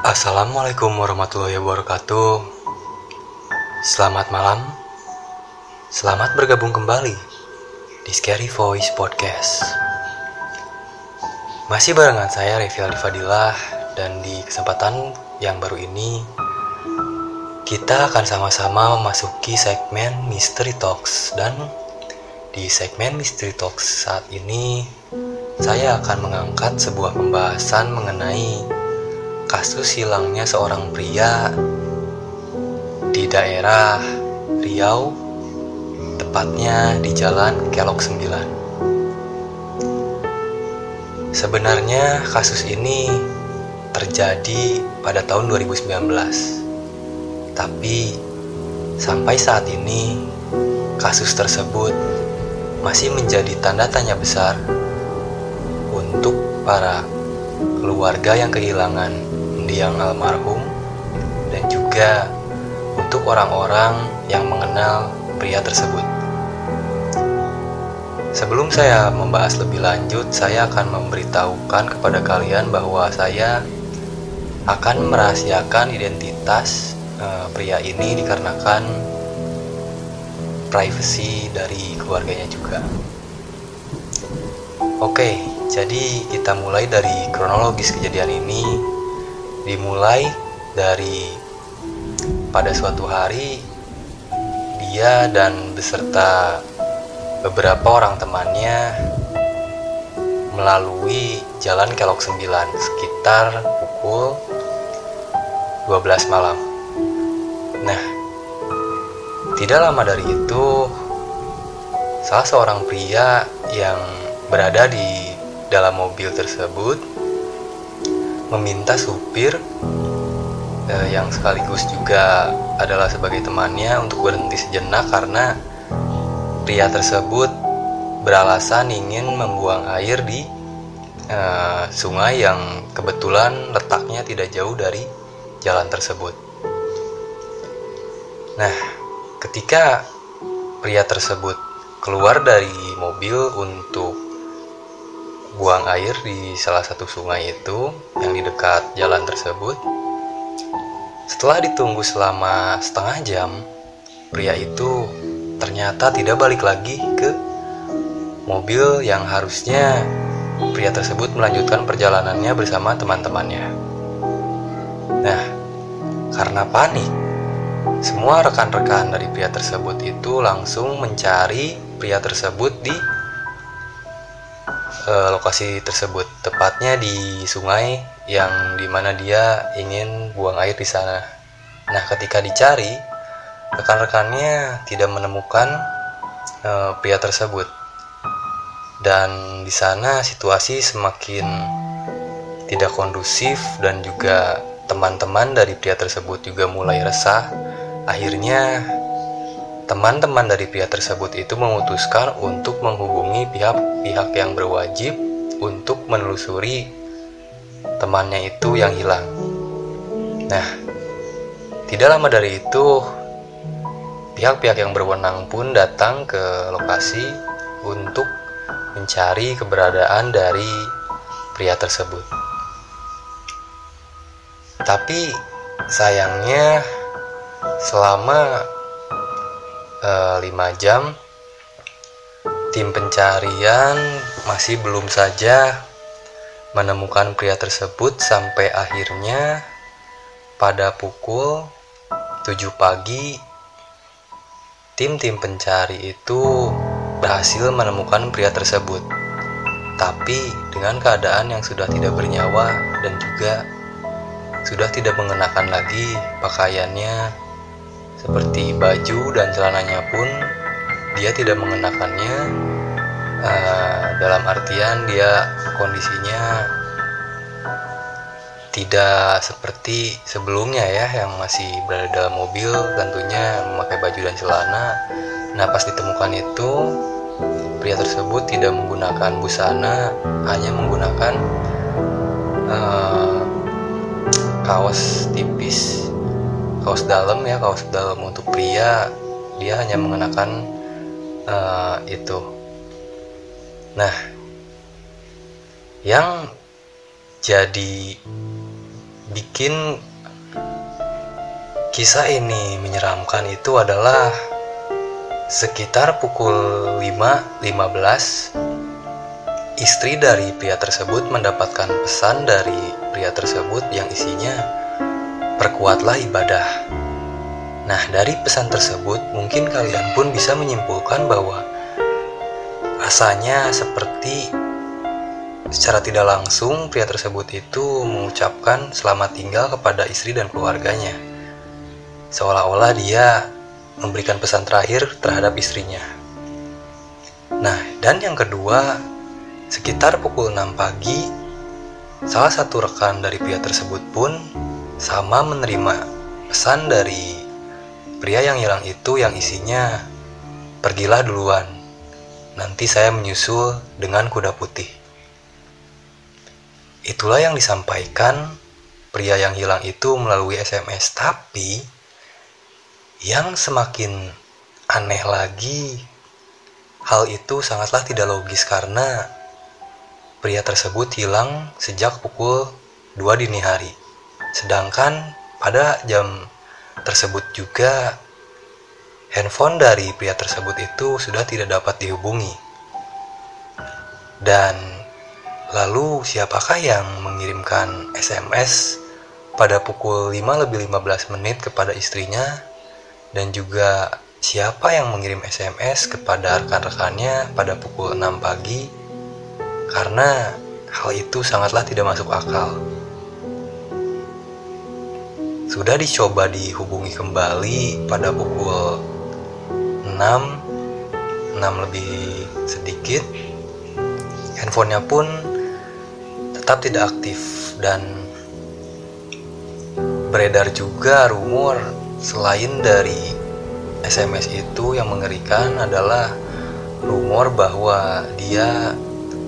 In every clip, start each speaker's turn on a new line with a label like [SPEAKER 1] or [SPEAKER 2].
[SPEAKER 1] Assalamualaikum warahmatullahi wabarakatuh. Selamat malam. Selamat bergabung kembali di Scary Voice Podcast. Masih barengan saya Revi Aldi Fadilah, dan di kesempatan yang baru ini kita akan sama-sama memasuki segmen Mystery Talks. Dan di segmen Mystery Talks saat ini saya akan mengangkat sebuah pembahasan mengenai kasus hilangnya seorang pria di daerah Riau, tepatnya di Jalan Kelok 9. Sebenarnya kasus ini terjadi pada tahun 2019. Tapi sampai saat ini kasus tersebut masih menjadi tanda tanya besar untuk para keluarga yang kehilangan mendiang almarhum, dan juga untuk orang-orang yang mengenal pria tersebut. Sebelum saya membahas lebih lanjut, saya akan memberitahukan kepada kalian bahwa saya akan merahasiakan identitas pria ini dikarenakan privasi dari keluarganya juga. Oke, jadi kita mulai dari kronologis kejadian ini. Dimulai dari pada suatu hari dia dan beserta beberapa orang temannya melalui Jalan Kelok 9 sekitar pukul 12 malam. Nah, tidak lama dari itu salah seorang pria yang berada di dalam mobil tersebut meminta supir yang sekaligus juga adalah sebagai temannya untuk berhenti sejenak karena pria tersebut beralasan ingin membuang air di sungai yang kebetulan letaknya tidak jauh dari jalan tersebut. Nah, ketika pria tersebut keluar dari mobil untuk buang air di salah satu sungai itu yang di dekat jalan tersebut, setelah ditunggu selama setengah jam, pria itu ternyata tidak balik lagi ke mobil yang harusnya pria tersebut melanjutkan perjalanannya bersama teman-temannya. Nah, karena panik, semua rekan-rekan dari pria tersebut itu langsung mencari pria tersebut di lokasi tersebut, tepatnya di sungai yang dimana dia ingin buang air di sana. Nah, ketika dicari, rekan-rekannya tidak menemukan pria tersebut, dan di sana situasi semakin tidak kondusif, dan juga teman-teman dari pria tersebut juga mulai resah. Akhirnya teman-teman dari pria tersebut itu memutuskan untuk menghubungi pihak-pihak yang berwajib untuk menelusuri temannya itu yang hilang. Nah, tidak lama dari itu pihak-pihak yang berwenang pun datang ke lokasi untuk mencari keberadaan dari pria tersebut. Tapi sayangnya selama 5 jam tim pencarian masih belum saja menemukan pria tersebut, sampai akhirnya pada pukul 7 pagi tim pencari itu berhasil menemukan pria tersebut, tapi dengan keadaan yang sudah tidak bernyawa dan juga sudah tidak mengenakan lagi pakaiannya. Seperti baju dan celananya pun dia tidak mengenakannya, dalam artian dia kondisinya tidak seperti sebelumnya ya, yang masih berada dalam mobil tentunya memakai baju dan celana. Nah, pas ditemukan itu pria tersebut tidak menggunakan busana, hanya menggunakan kaos tipis, kaos dalam untuk pria. Dia hanya mengenakan itu. Nah, yang jadi bikin kisah ini menyeramkan itu adalah sekitar pukul 5.15, istri dari pria tersebut mendapatkan pesan dari pria tersebut yang isinya perkuatlah ibadah. Nah, dari pesan tersebut mungkin kalian pun bisa menyimpulkan bahwa rasanya seperti secara tidak langsung pria tersebut itu mengucapkan selamat tinggal kepada istri dan keluarganya, seolah-olah dia memberikan pesan terakhir terhadap istrinya. Nah, dan yang kedua, sekitar pukul 6 pagi, salah satu rekan dari pria tersebut pun sama menerima pesan dari pria yang hilang itu yang isinya, pergilah duluan, nanti saya menyusul dengan kuda putih. Itulah yang disampaikan pria yang hilang itu melalui SMS. Tapi yang semakin aneh lagi, hal itu sangatlah tidak logis karena pria tersebut hilang sejak pukul 2 dini hari. Sedangkan pada jam tersebut juga handphone dari pria tersebut itu sudah tidak dapat dihubungi. Dan lalu siapakah yang mengirimkan SMS pada pukul 5:15 kepada istrinya? Dan juga siapa yang mengirim SMS kepada rekan-rekannya pada pukul 6 pagi? Karena hal itu sangatlah tidak masuk akal. Sudah dicoba dihubungi kembali pada pukul 6 lebih sedikit, handphonenya pun tetap tidak aktif. Dan beredar juga rumor selain dari SMS itu, yang mengerikan adalah rumor bahwa dia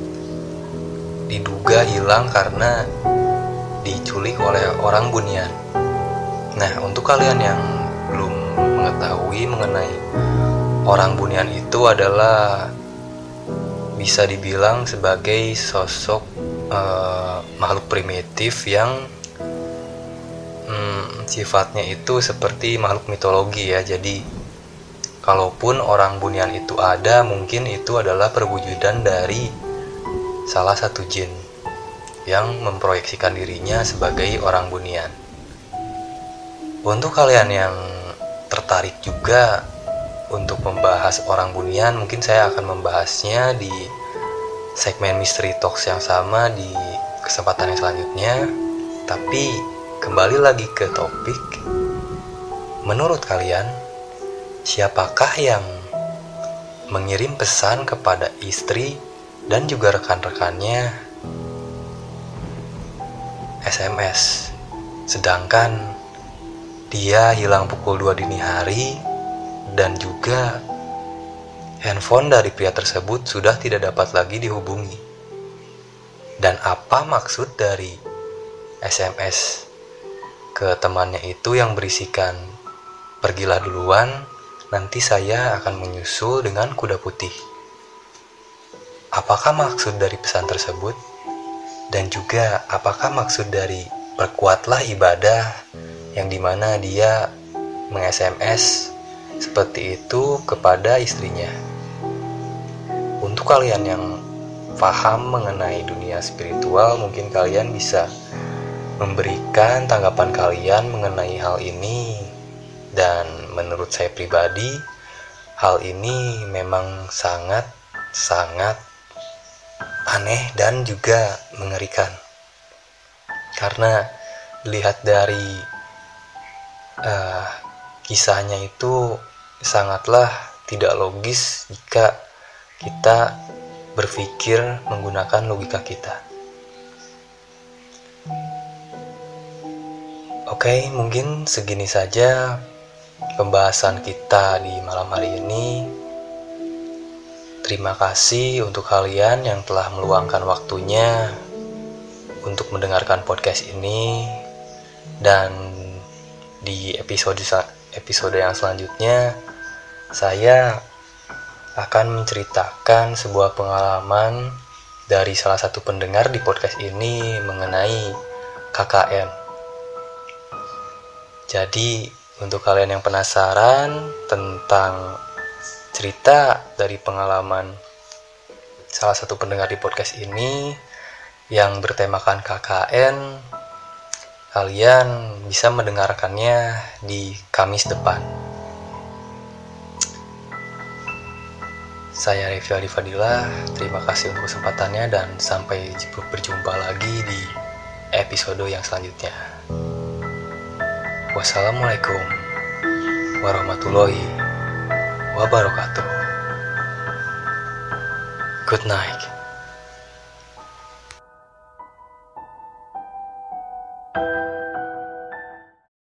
[SPEAKER 1] diduga hilang karena diculik oleh orang Bunian. Nah, untuk kalian yang belum mengetahui mengenai orang Bunian itu adalah bisa dibilang sebagai sosok makhluk primitif yang sifatnya itu seperti makhluk mitologi ya. Jadi kalaupun orang Bunian itu ada, mungkin itu adalah perwujudan dari salah satu jin yang memproyeksikan dirinya sebagai orang Bunian. Untuk kalian yang tertarik juga untuk membahas orang Bunian, mungkin saya akan membahasnya di segmen Mystery Talks yang sama di kesempatan yang selanjutnya. Tapi kembali lagi ke topik, menurut kalian siapakah yang mengirim pesan kepada istri dan juga rekan-rekannya SMS, sedangkan dia hilang pukul 2 dini hari dan juga handphone dari pria tersebut sudah tidak dapat lagi dihubungi? Dan apa maksud dari SMS ke temannya itu yang berisikan pergilah duluan, nanti saya akan menyusul dengan kuda putih? Apakah maksud dari pesan tersebut? Dan juga apakah maksud dari perkuatlah ibadah yang dimana dia meng-SMS seperti itu kepada istrinya? Untuk kalian yang paham mengenai dunia spiritual, mungkin kalian bisa memberikan tanggapan kalian mengenai hal ini. Dan menurut saya pribadi, hal ini memang sangat aneh dan juga mengerikan. Karena dilihat dari kisahnya itu sangatlah tidak logis jika kita berpikir menggunakan logika kita. Oke, mungkin segini saja pembahasan kita di malam hari ini. Terima kasih untuk kalian yang telah meluangkan waktunya untuk mendengarkan podcast ini. Dan di episode yang selanjutnya, saya akan menceritakan sebuah pengalaman dari salah satu pendengar di podcast ini mengenai KKN. Jadi untuk kalian yang penasaran tentang cerita dari pengalaman salah satu pendengar di podcast ini yang bertemakan KKN, kalian bisa mendengarkannya di Kamis depan. Saya Revi Aldi Fadila, terima kasih untuk kesempatannya dan sampai berjumpa lagi di episode yang selanjutnya. Wassalamualaikum warahmatullahi wabarakatuh. Good night.